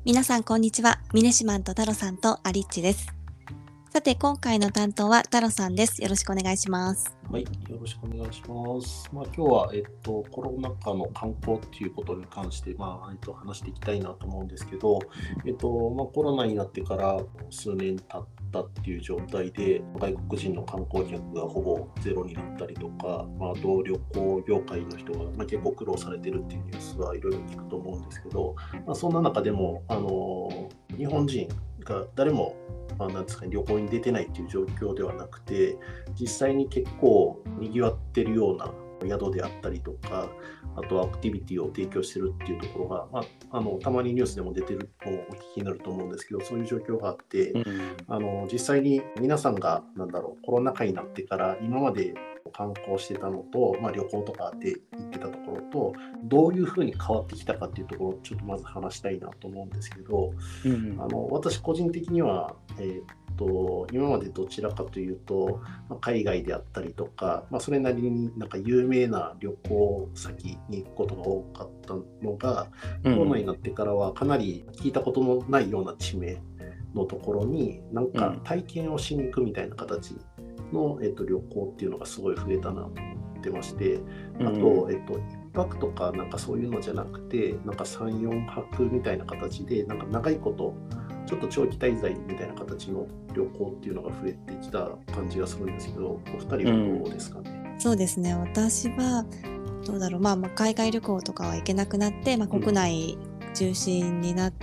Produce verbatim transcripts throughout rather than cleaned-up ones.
皆さんこんにちは。ミネシマンとタロさんとアリッチです。さて今回の担当はタロさんです。よろしくお願いします。 はい、よろしくお願いします。まあ、今日は、えっと、コロナ禍の観光っていうことに関して、まあ、えっと、話していきたいなと思うんですけど、えっと、まあ、コロナになってから数年経ったっていう状態で、外国人の観光客がほぼゼロになったりとか、まあ、同旅行業界の人が、まあ、結構苦労されてるっていうニュースはいろいろ聞くと思うんですけど、まあ、そんな中でも、あの、日本人が誰もまあ、なんですかね、旅行に出てないっていう状況ではなくて、実際に結構にぎわってるような宿であったりとか、あとアクティビティを提供してるっていうところが、まあ、あのたまにニュースでも出てるのをお聞きになると思うんですけど、そういう状況があって、うん、あの実際に皆さんがなんだろうコロナ禍になってから今まで観光してたのと、まあ、旅行とかで行ってたところとどういうふうに変わってきたかっていうところをちょっとまず話したいなと思うんですけど、うん、あの私個人的には、えーと今までどちらかというと、まあ、海外であったりとか、まあ、それなりになんか有名な旅行先に行くことが多かったのが、うん、コロナになってからはかなり聞いたことのないような地名のところになんか体験をしに行くみたいな形の、えっと、旅行っていうのがすごい増えたなと思ってまして、あと、えっと、いっぱくとかなんかそういうのじゃなくてなんかさん、よんはくみたいな形でなんか長いことちょっと長期滞在みたいな形の旅行っていうのが増えてきた感じがするんですけど、お二人はどうですかね。 うん、そうですね。私はどうだろう、まあ、まあ海外旅行とかは行けなくなって、まあ、国内中心になって、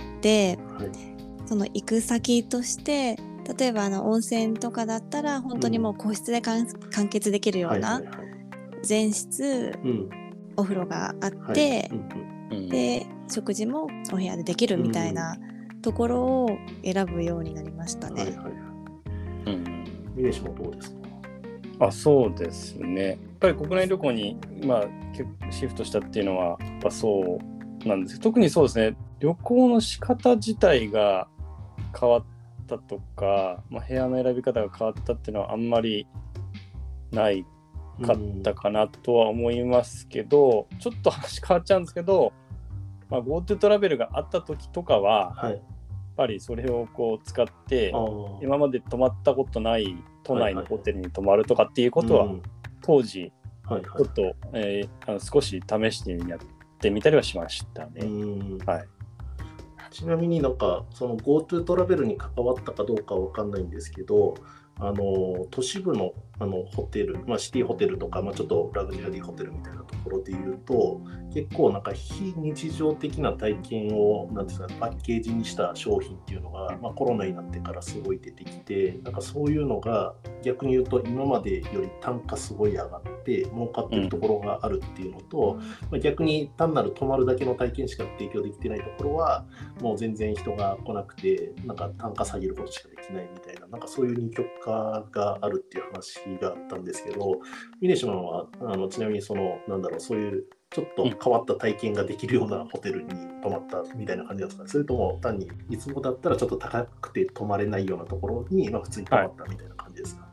うんはい、その行く先として例えばあの温泉とかだったら本当にもう個室で完結できるような全室お風呂があって、で食事もお部屋でできるみたいなところを選ぶようになりましたね。はいはいはい。 うん。ミネシもどうですか？ あ、そうですね。やっぱり国内旅行に、まあ、結構シフトしたっていうのはやっぱそうなんですけど、特にそうですね、旅行の仕方自体が変わったとか、まあ、部屋の選び方が変わったっていうのはあんまりないかったかなとは思いますけど、ちょっと話変わっちゃうんですけど、まあ、GoTo トラベルがあった時とかは、はい、やっぱりそれをこう使って今まで泊まったことない都内のホテルに泊まるとかっていうことは、はいはい、当時ちょっと、はいはいえー、あの少し試してやってみたりはしましたね。うんはい、 ちなみになんかその GoTo トラベルに関わったかどうかは分かんないんですけど、あの都市部のあのホテル、まあ、シティホテルとか、まあ、ちょっとラグジュアリーホテルみたいなところでいうと結構なんか非日常的な体験をなんですか、パッケージにした商品っていうのが、まあ、コロナになってからすごい出てきて、なんかそういうのが逆に言うと今までより単価すごい上がって儲かってるところがあるっていうのと、うんまあ、逆に単なる泊まるだけの体験しか提供できてないところはもう全然人が来なくてなんか単価下げることしかできないみたいな、なんかそういう二極化があるっていう話があったんですけど、ミネシマンはあのちなみにそのなんだろうそういうちょっと変わった体験ができるようなホテルに泊まったみたいな感じなんですか、それとも単にいつもだったらちょっと高くて泊まれないようなところに、まあ、普通に泊まったみたいな感じですか？はい、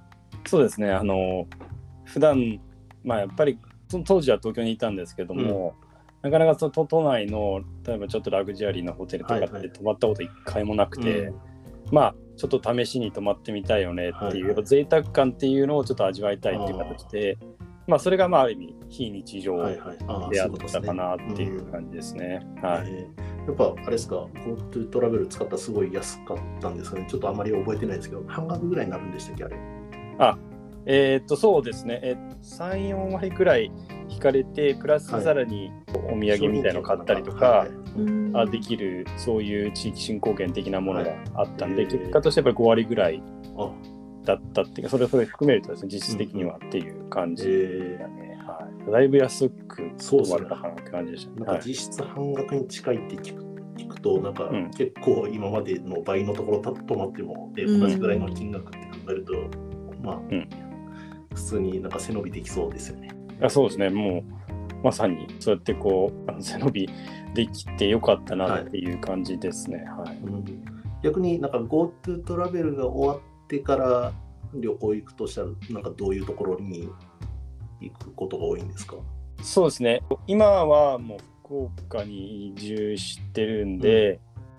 そうですね。あの普段まあやっぱりその当時は東京にいたんですけども、うん、なかなかその都内の例えばちょっとラグジュアリーなホテルとかって泊まったこと一回もなくて、はいはいうん、まあちょっと試しに泊まってみたいよねっていう、はいはい、贅沢感っていうのをちょっと味わいたいっていう形で、まあそれがまあある意味非日常であったかなっていう感じですね。はい。 やっぱあれですか、GoTo トラベル使ったらすごい安かったんですかね。ちょっとあんまり覚えてないですけど、半額ぐらいになるんでしたっけあれ？ あ、えー、っとそうですね。えさん、よん割くらい引かれて、プラスさらにお土産みたいなの買ったりとか、はいあできるそういう地域振興券的なものがあったんで、はい、結果としてやっぱりご割ぐらいだったっていうか、それを含めるとですね、実質的にはっていう感じだね。はい、だいぶ安く泊まれたかなって感じでしたね。 なんか実質半額に近いって聞く、聞くと、なんか結構今までの倍のところ泊まっても、で同じぐらいの金額って考えると、まあ、うん、普通になんか背伸びできそうですよね。 あそうですね、もうまさにそうやってこうあの背伸びできてよかったなっていう感じですね。はいはいうん、 逆になんか GoTo トラベルが終わってから旅行行くとしたらなんかどういうところに行くことが多いんですか？ そうですね、今はもう福岡に移住してるんで、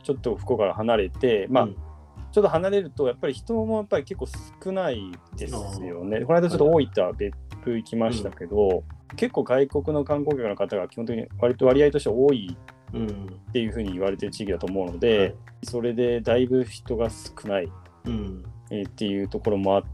ちょっと福岡から離れて、まあ、 うんちょっと離れるとやっぱり人もやっぱり結構少ないですよね。この間ちょっと大分別府行きましたけど、うん、結構外国の観光客の方が基本的に割と割合として多いっていうふうに言われてる地域だと思うので、うん、それでだいぶ人が少ない、うん、っていうところもあって、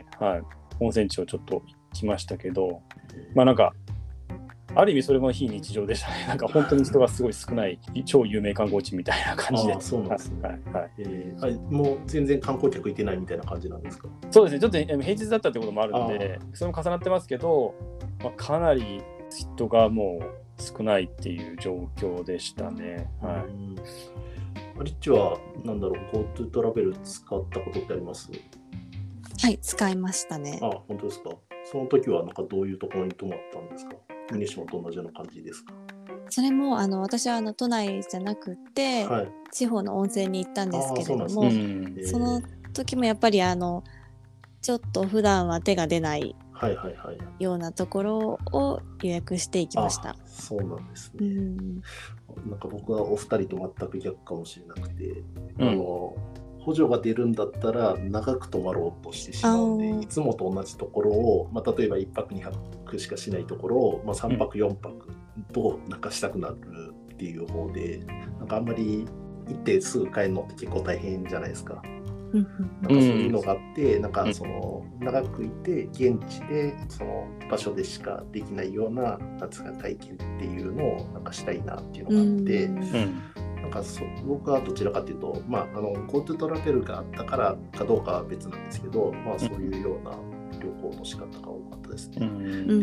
はい、温泉地をちょっと行きましたけど、まあなんかある意味それも非日常でしたね。なんか本当に人がすごい少ない超有名観光地みたいな感じで。 あ、そうなんですね。 はいはい、 えー、もう全然観光客いてないみたいな感じなんですか？ そうですね。ちょっと平日だったってこともあるので、それも重なってますけど、まあ、かなり人がもう少ないっていう状況でしたね。はい。 うん、リッチはなんだろう、GoTo トラベル使ったことってあります？ はい、使いましたね。 あ、本当ですか。その時はなんかどういうところに泊まったんですか？ミネシモと同じような感じですか？ それもあの私はあの都内じゃなくて、はい、地方の温泉に行ったんですけれども、 そ, ね、その時もやっぱりあのちょっと普段は手が出ないようなところを予約していきました。 そうなんですね、うん、なんか僕はお二人と全く逆かもしれなくて、うん、あの補助が出るんだったら長く泊まろうとしてしまうんで、いつもと同じところを、まあ、例えばいっぱくにはくしかしないところを、まあ、さんぱくよんぱくとなんかしたくなるっていう方で、なんかあんまり行ってすぐ帰るのって結構大変じゃないですか。なんかそういうのがあって、なんかその長くいて現地でその場所でしかできないような夏が体験っていうのをなんかしたいなっていうのがあって、うんなんかそ僕はどちらかというと、まあ、あの GoTo トラベルがあったからかどうかは別なんですけど、まあ、そういうような旅行の仕方が多かったですね。うん、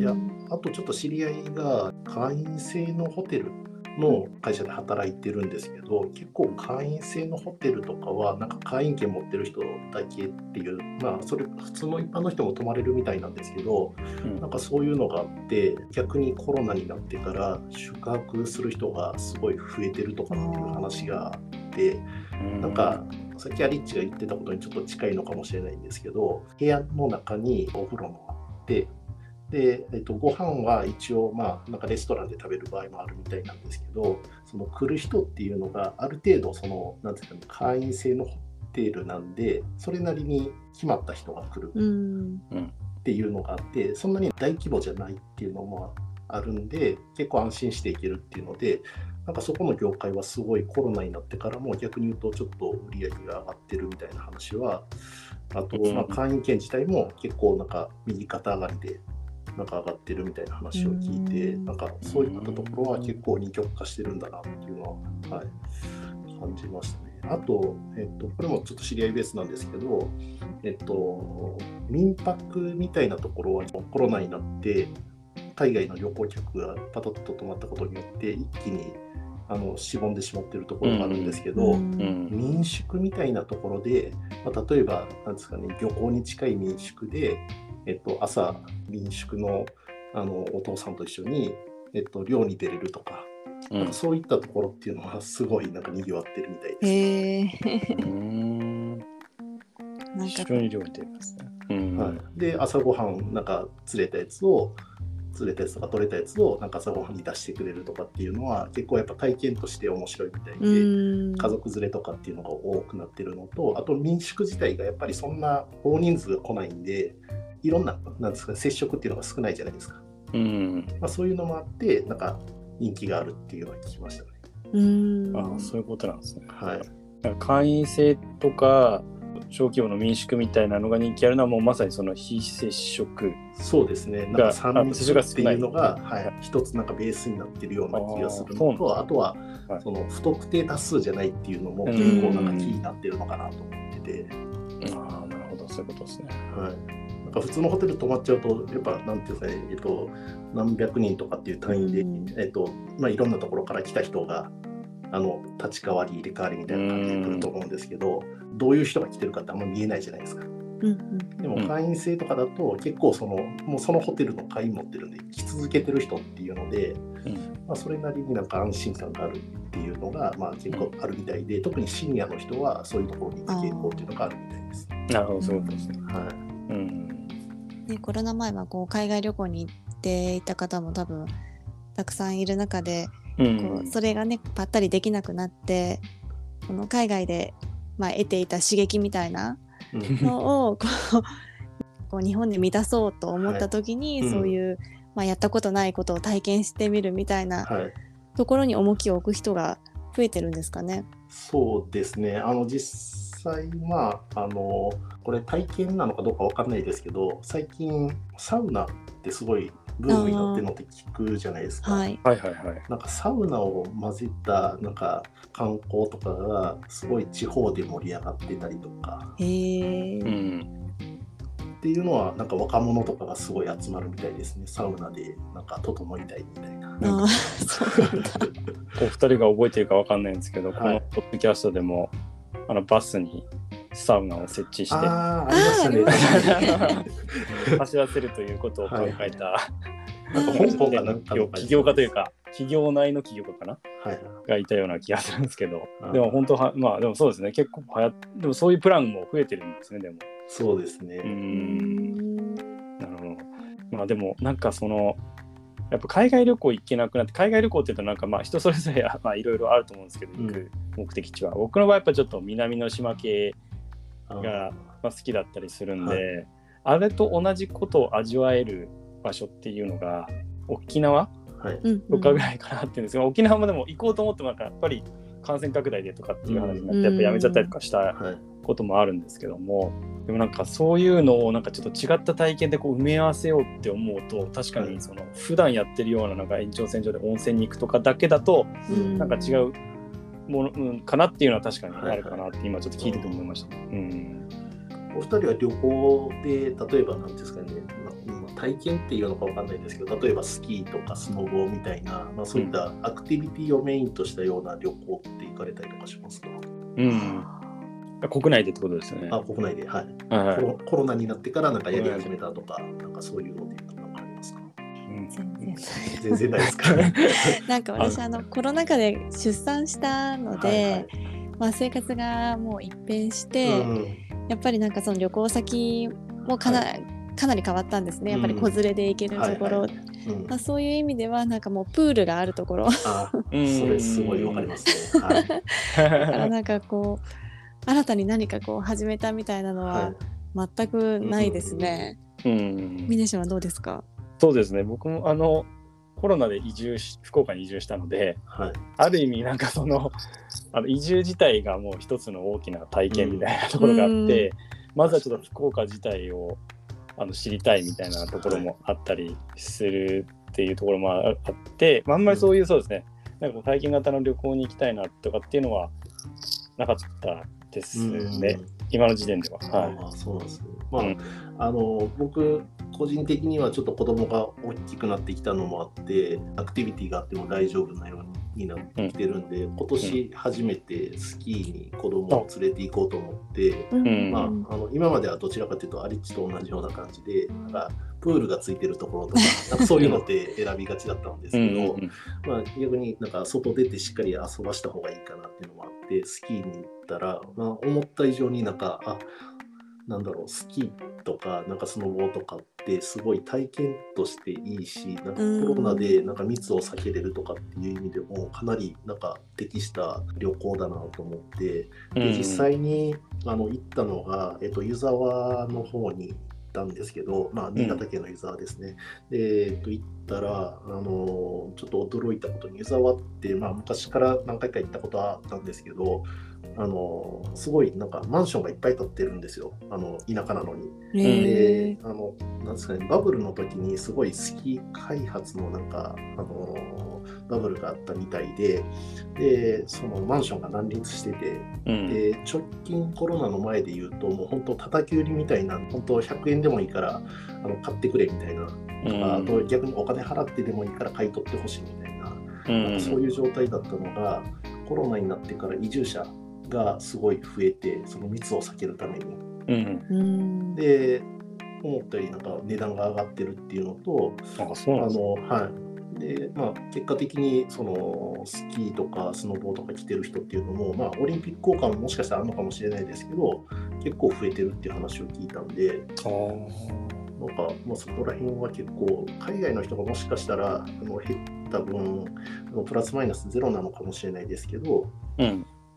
で あ, あとちょっと知り合いが会員制のホテルの会社で働いてるんですけど、結構会員制のホテルとかはなんか会員権持ってる人だけっていう、まあそれ普通の一般の人も泊まれるみたいなんですけど、うん、なんかそういうのがあって逆にコロナになってから宿泊する人がすごい増えてるとかっていう話があって、なんかさっきアリッチが言ってたことにちょっと近いのかもしれないんですけど、部屋の中にお風呂もあってで、えっと、ご飯は一応、まあ、なんかレストランで食べる場合もあるみたいなんですけど、その来る人っていうのがある程度そのなんていうか、ね、会員制のホテルなんでそれなりに決まった人が来るっていうのがあって、そんなに大規模じゃないっていうのもあるんで結構安心していけるっていうので、なんかそこの業界はすごいコロナになってからも逆に言うとちょっと売り上げが上がってるみたいな話は、あと、まあ、会員権自体も結構なんか右肩上がりでなんか上がってるみたいな話を聞いて、なんかそういったところは結構二極化してるんだなっていうのは、はい、感じましたね。あと、えっと、これもちょっと知り合いベースなんですけど、えっと、民泊みたいなところはコロナになって海外の旅行客がパタッと止まったことによって一気にあのしぼんでしまっているところがあるんですけど、うんうん、民宿みたいなところで、まあ、例えばなんですかね、漁港に近い民宿でえっと、朝民宿 の, あのお父さんと一緒に、えっと、漁に出れるとか、うん、なんかそういったところっていうのはすごいなんか賑わってるみたいです。 へー。うーん。 なんか一緒に漁に出ますね。うん、 はい、で朝ごはんなんか釣れたやつを釣れたやつとか取れたやつをなんか朝ごはんに出してくれるとかっていうのは結構やっぱ体験として面白いみたいで、家族連れとかっていうのが多くなってるのと、あと民宿自体がやっぱりそんな大人数が来ないんでいろんな、なんですか、接触っていうのが少ないじゃないですか。うんまあ、そういうのもあってなんか人気があるっていうのは聞きましたね。 うーんああ、そういうことなんですね。はい。なんか会員制とか小規模の民宿みたいなのが人気あるのはもうまさにその非接触。 そうですね。なんかさん密っていうのが、はい、一つなんかベースになってるような気がするのと、あ, あとは、はい、その不特定多数じゃないっていうのも結構なんかキーになってるのかなと思ってて。 ああ、なるほど、そういうことですね。 はい。なんか普通のホテル泊まっちゃうとやっぱなんていうんですかね、えっと、何百人とかっていう単位で、えっとまあ、いろんなところから来た人があの立ち代わり入れ替わりみたいな感じで来ると思うんですけど、どういう人が来てるかってあんま見えないじゃないですか。うんうん、でも会員制とかだと結構そのもうそのホテルの会員持ってるんで来続けてる人っていうので、うんまあ、それなりになんか安心感があるっていうのが、まあ、結構あるみたいで、特にシニアの人はそういうところに行く傾向っていうのがあるみたいです。 なるほど、そういうことですね。 はいうんね、コロナ前はこう海外旅行に行っていた方も多分たくさんいる中で、うん、こうそれがねぱったりできなくなってこの海外で、まあ、得ていた刺激みたいなうんのをこうこう日本で満たそうと思った時に、 はいうんそういう、まあ、やったことないことを体験してみるみたいなはい、 ところに重きを置く人が増えてるんですかね。 そうですね。あの実際まああのこれ体験なのかどうかわかんないですけど、最近サウナってすごいブームになってるのって聞くじゃないですか。 はい。 はいはいはい。 なんかサウナを混ぜたなんか観光とかがすごい地方で盛り上がってたりとかへえ。 うん。 っていうのはなんか若者とかがすごい集まるみたいですね。サウナでなんか整いたいみたいな。 ああ、そうなんだ。 お二人が覚えてるかわかんないんですけど、 はいこのポッドキャストでもあのバスにサウナを設置してああ、ありましたね。 走らせるということを考えた、 なんか香港かなんかの起業家というか企業内の企業家かなはいがいたような気がするんですけど、 あーでも本当はまあでもそうですね、結構はやでもそういうプランも増えてるんですね。でもそうですね。 うーうんん。 なるほど。まあでもなんかそのやっぱ海外旅行行けなくなって、海外旅行っていうとなんかまあ人それぞれまあいろいろあると思うんですけど、行く目的地は、僕の場合やっぱちょっと南の島系あがまあ好きだったりするんで、 はあれと同じことを味わえる場所っていうのが沖縄はい。 うんとかぐらいかなっていうんですが、沖縄もでも行こうと思ってもなんかやっぱり感染拡大でとかっていう話になってやっぱやめちゃったりとかしたはい。 こともあるんですけども、でもなんかそういうのをなんかちょっと違った体験でこう埋め合わせようって思うと、確かにその普段やってるようななんか延長線上で温泉に行くとかだけだとうんなんか違うもの、うん、かなっていうのは確かにあるかなって今ちょっと聞いてて思いました。うんお二人は旅行で例えば何ですかね、まあ、体験っていうのかわかんないですけど、例えばスキーとかスノボーみたいな、まあ、そういったアクティビティをメインとしたような旅行って行かれたりとかしますか？ うん国内でってことですよね。 あ、国内で、はい。 はいはいコロコロナになってからなんかやり始めたとか、なんかそういうのでなんかありますか？ うん全然全然ないですか？ なんか私あのコロナ禍で出産したので、 はいはいまあ、生活がもう一変して、 うんやっぱりなんかその旅行先もかな,、 はかなり変わったんですね。やっぱり子連れで行けるところ、 はいはいうんまあ、そういう意味ではなんかもうプールがあるところあ、 うんそれすごいわかりますね。はい。 だからなんかこう新たに何かこう始めたみたいなのははい全くないですね。 うんミネションはどうですか？ そうですね、僕もあのコロナで移住し福岡に移住したので、 はい。 ある意味なんかそのあの移住自体がもう一つの大きな体験みたいなところがあって、まずはちょっと福岡自体をあの知りたいみたいなところもあったりするっていうところもあって、まあ、あんまりそういうそうですね、なんかこう体験型の旅行に行きたいなとかっていうのはなかったですね、今の時点では。はい、 ああ、そうなんですね。まあ、 うんあの僕個人的にはちょっと子供が大きくなってきたのもあって、アクティビティがあっても大丈夫なようになってきてるんで、うん、今年初めてスキーに子供を連れて行こうと思って、 うんまあ、あの今まではどちらかというとアリッチと同じような感じで、なんかプールがついてるところとか、なんかそういうのって選びがちだったんですけど、まあ、逆になんか外出てしっかり遊ばした方がいいかなっていうのもあって、スキーに行ったら、まあ、思った以上になんか、あ、なんだろう、スキーとかなんかスノボーとかってすごい体験としていいし、なんかコロナでなんか密を避けれるとかっていう意味でもかなりなんか適した旅行だなと思って、で実際にあの行ったのが、えっと、湯沢の方に行ったんですけど、まあ、新潟県の湯沢ですね。うん、で、えっと、行ったらあのちょっと驚いたことに、湯沢って、まあ、昔から何回か行ったことはあったんですけど、あのすごいなんかマンションがいっぱい建ってるんですよ、あの田舎なのに。で、あのなんですかね、バブルの時にすごいスキー開発のなんかあのバブルがあったみたいで、でそのマンションが乱立してて、うん、で直近コロナの前で言うともう本当叩き売りみたいな、本当ひゃくえんでもいいからあの買ってくれみたいな、うん、あと逆にお金払ってでもいいから買い取ってほしいみたいな、うん、なんかそういう状態だったのが、コロナになってから移住者がすごい増えて、その密を避けるために、うん、で思ったよりなんか値段が上がってるっていうのと、 あ、そうなんですね。 あの、はい、で、まあ、結果的にそのスキーとかスノボーとか来てる人っていうのも、まあ、オリンピック効果ももしかしたらあるのかもしれないですけど、結構増えてるっていう話を聞いたんで、あなんか、まあ、そこら辺は結構海外の人がもしかしたらあの減った分あのプラスマイナスゼロなのかもしれないですけど、 うん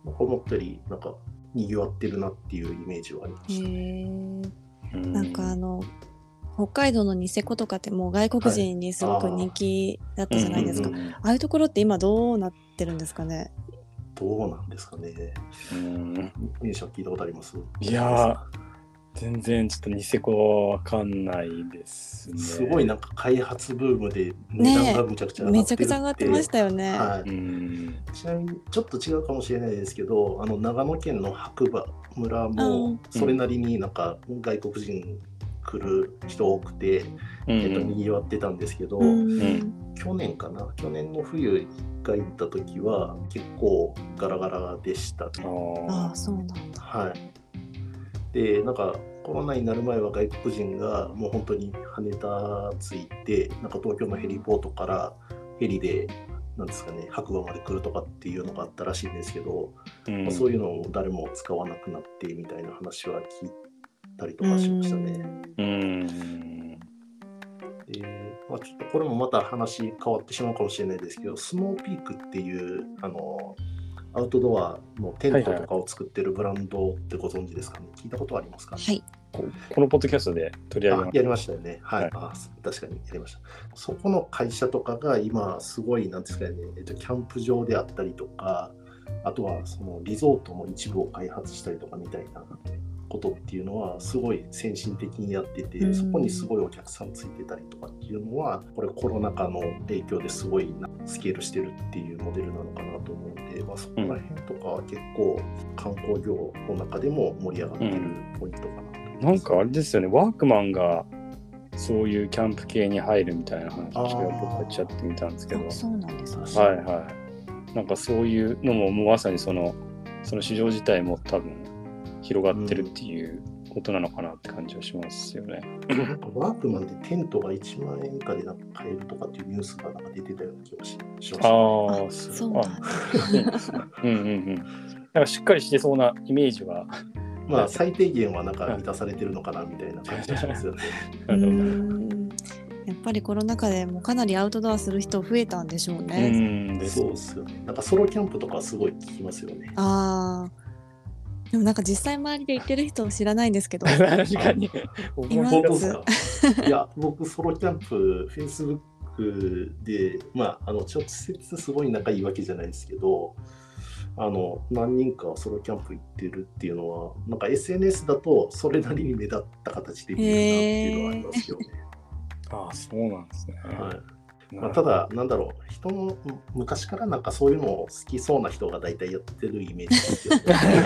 なんか思ったよりなんか賑わってるなっていうイメージはありました。 へーなんかあの北海道のニセコとかってもう外国人にすごく人気だったじゃないですか、 うんうんうんああいうところって今どうなってるんですかね。 どうなんですかね。 うんミネシャ聞いたことあります？ いやー全然ちょっとニセコわかんないですね。 すごいなんか開発ブームで値段がむちゃくちゃ上がめちゃってるって、 くちゃ上がってましたよね。 はい、 うんちなみにちょっと違うかもしれないですけど、あの長野県の白馬村もそれなりになんか外国人来る人多くて、 うんえっと、にぎわってたんですけど、 うんん去年かな去年の冬一回行った時は結構ガラガラでしたね。 あああそうなんだ。 はいでなんかコロナになる前は外国人がもう本当に羽田着いてなんか東京のヘリポートからヘリでなんですかね白馬まで来るとかっていうのがあったらしいんですけど、 ーうんまあ、そういうのを誰も使わなくなってみたいな話は聞いたりとかしましたね。 うんでまあ、ちょっとこれもまた話変わってしまうかもしれないですけど、スノーピークっていうあのアウトドアのテントとかを作ってるブランドってご存知ですかね。聞いたことありますかね。 はい。 ここのポッドキャストで取り上げまあやりましたよね。はい。 はいあ確かにやりました。そこの会社とかが今すごいなんですかね、えっと、キャンプ場であったりとか、あとはそのリゾートの一部を開発したりとかみたいなことっていうのはすごい先進的にやってて、 うんそこにすごいお客さんついてたりとかっていうのは、これコロナ禍の影響ですごいスケールしてるっていうモデルなのかなと思うんで、まあ、そこら辺とかは結構観光業の中でも盛り上がってるポイントかなと思います。 なんかあれですよね、ワークマンがそういうキャンプ系に入るみたいな話を僕はちゃってみたんですけど、 あそうなんですね。 はいはい。なんかそういうのももうまさにそのその市場自体も多分広がってるっていうことなのかなって感じはしますよね。 なんかワークマンでテントがいちまんえん以下でなんか買えるとかっていうニュースがなんか出てたような気がしました。 あああ、 そうなんだ。 うんうんうん。なんかしっかりしてそうなイメージは。 まあ最低限はなんか満たされてるのかなみたいな感じがしますよね。 うーんやっぱりコロナ禍でもうかなりアウトドアする人増えたんでしょううね。 んですそうですよね。なんかソロキャンプとかすごい聞きますよね。 ああ。でもなんか実際周りで行ってる人を知らないんですけど。 確かに。 今本当ですか？いや、僕ソロキャンプ、Facebook で、まあ、あの直接すごい仲いいわけじゃないですけど、あの何人かソロキャンプ行ってるっていうのは、なんか エスエヌエス だとそれなりに目立った形で見えるなっていうのはありますよね。 ああ、そうなんですね。 はいまあ、ただ、なんだろう、人の昔からなんかそういうのを好きそうな人が大体やってるイメージですよね。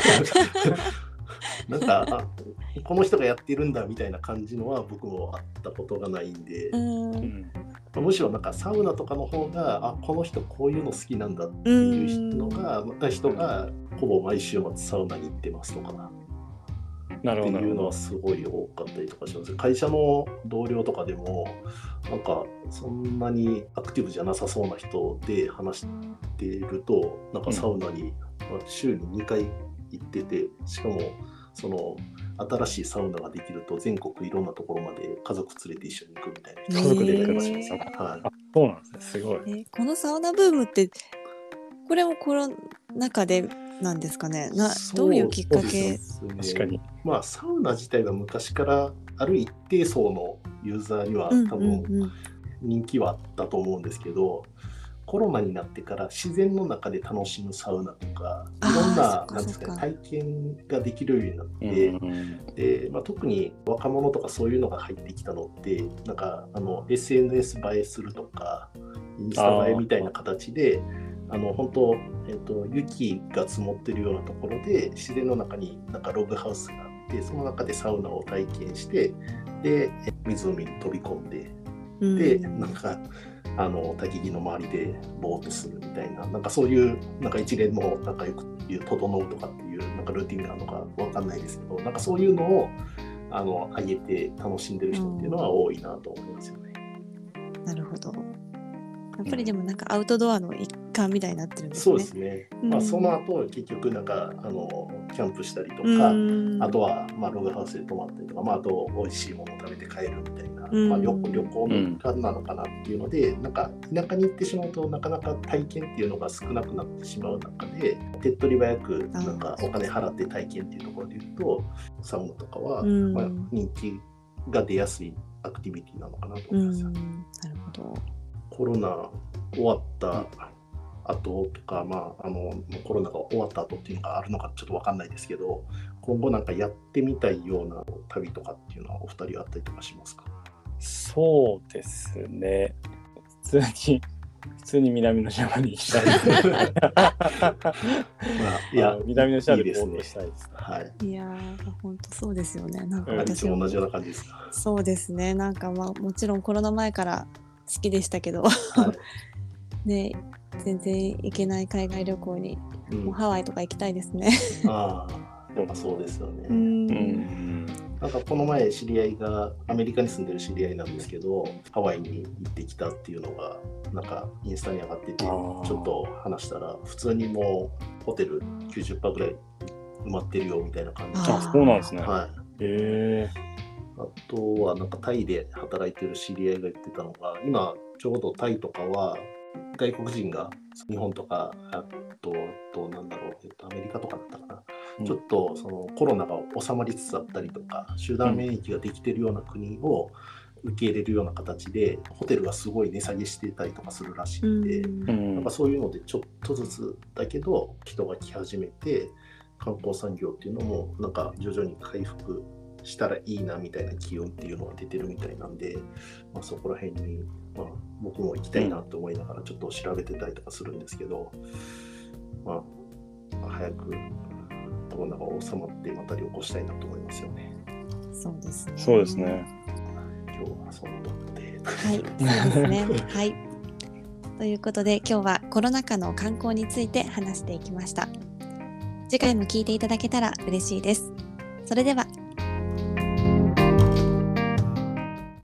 なんかあ、この人がやってるんだみたいな感じのは僕も会ったことがないんで、 うんむしろなんかサウナとかの方が、あ、この人こういうの好きなんだっていう人が、人がほぼ毎週末サウナに行ってますとか。ってなるほど。 いうのはすごい多かったりとかします。会社の同僚とかでもなんかそんなにアクティブじゃなさそうな人で話していると、なんかサウナに週ににかい行ってて、しかもその新しいサウナができると全国いろんなところまで家族連れて一緒に行くみたいな人家族でがい行くらしいですました。はいあ、そうなんですね。すごい。 えーこのサウナブームってこれもコロナ禍でなんですかね。などういうきっかけ？ そうですね確かに。 まあサウナ自体は昔からある一定層のユーザーにはうん多分うんうん人気はあったと思うんですけど、コロナになってから自然の中で楽しむサウナとかあーいろんな、 そっかなんですかね、 そっか体験ができるようになっうて、 んでまあ、特に若者とかそういうのが入ってきたのってなんかあの エスエヌエス 映えするとかインスタ映えみたいな形であの本当、えっと、雪が積もってるようなところで自然の中になんかログハウスがあってその中でサウナを体験してで湖に飛び込んでうんでなんかあの焚き木の周りでぼーっとするみたいななんかそういうなんか一連のなんかよく言う整うとかっていうなんかルーティンがあるのかわかんないですけどなんかそういうのをあの上げて楽しんでる人っていうのは多いなと思いますよね。 なるほど。やっぱりでもなんかアウトドアの一環みたいになってるんですね。 そうですね。 うんまあその後結局なんかあのキャンプしたりとうか、 んあとはまあログハウスで泊まったりとか、まああと美味しいものを食べて帰るみたいなまあ、旅旅行の一環なのかなっていうので、うん、なんか田舎に行ってしまうとなかなか体験っていうのが少なくなってしまう中で、手っ取り早くなんかお金払って体験っていうところで言うとサウナとかは、まあ、人気が出やすいアクティビティなのかなと思います。 うん、なるほど。 コロナ終わった後とか、まあ、あのコロナが終わった後っていうのがあるのかちょっと分かんないですけど、今後なんかやってみたいような旅とかっていうのはお二人あったりとかしますか？ そうですね。普通に普通に南の島に行きたい。まあ、いや南の島でボーッとしたいですね。 はい。 いやー本当そうですよね。なんか私も同じような感じですか？ そうですね。なんかまあもちろんコロナ前から好きでしたけど、はい、ね。全然行けない海外旅行に、うん、もうハワイとか行きたいですね。 ああ、やっぱそうですよね。 うん、 なんかこの前知り合いがアメリカに住んでる知り合いなんですけど、ハワイに行ってきたっていうのがなんかインスタに上がってて、ちょっと話したら普通にもうホテル きゅうじゅっパーセント ぐらい埋まってるよみたいな感じで。 あ、そうなんですね。 はい。 へー。あとはなんかタイで働いてる知り合いが言ってたのが、今ちょうどタイとかは外国人が日本とかあととなんだろう、えっと、アメリカとかだったかな、うん、ちょっとそのコロナが収まりつつあったりとか集団免疫ができているような国を受け入れるような形でホテルがすごい値下げしてたりとかするらしいんで、うん、なんかそういうのでちょっとずつだけど人が来始めて観光産業っていうのもなんか徐々に回復したらいいなみたいな機運っていうのが出てるみたいなんで、まあ、そこら辺に、まあ、僕も行きたいなと思いながらちょっと調べてたりとかするんですけど、まあ、早くコロナが収まってまた旅行したいなと思いますよね。 そうですね。 そうですね。 今日はそのところで。 はい、そうですね。はい。ということで今日はコロナ禍の観光について話していきました。次回も聞いていただけたら嬉しいです。それでは。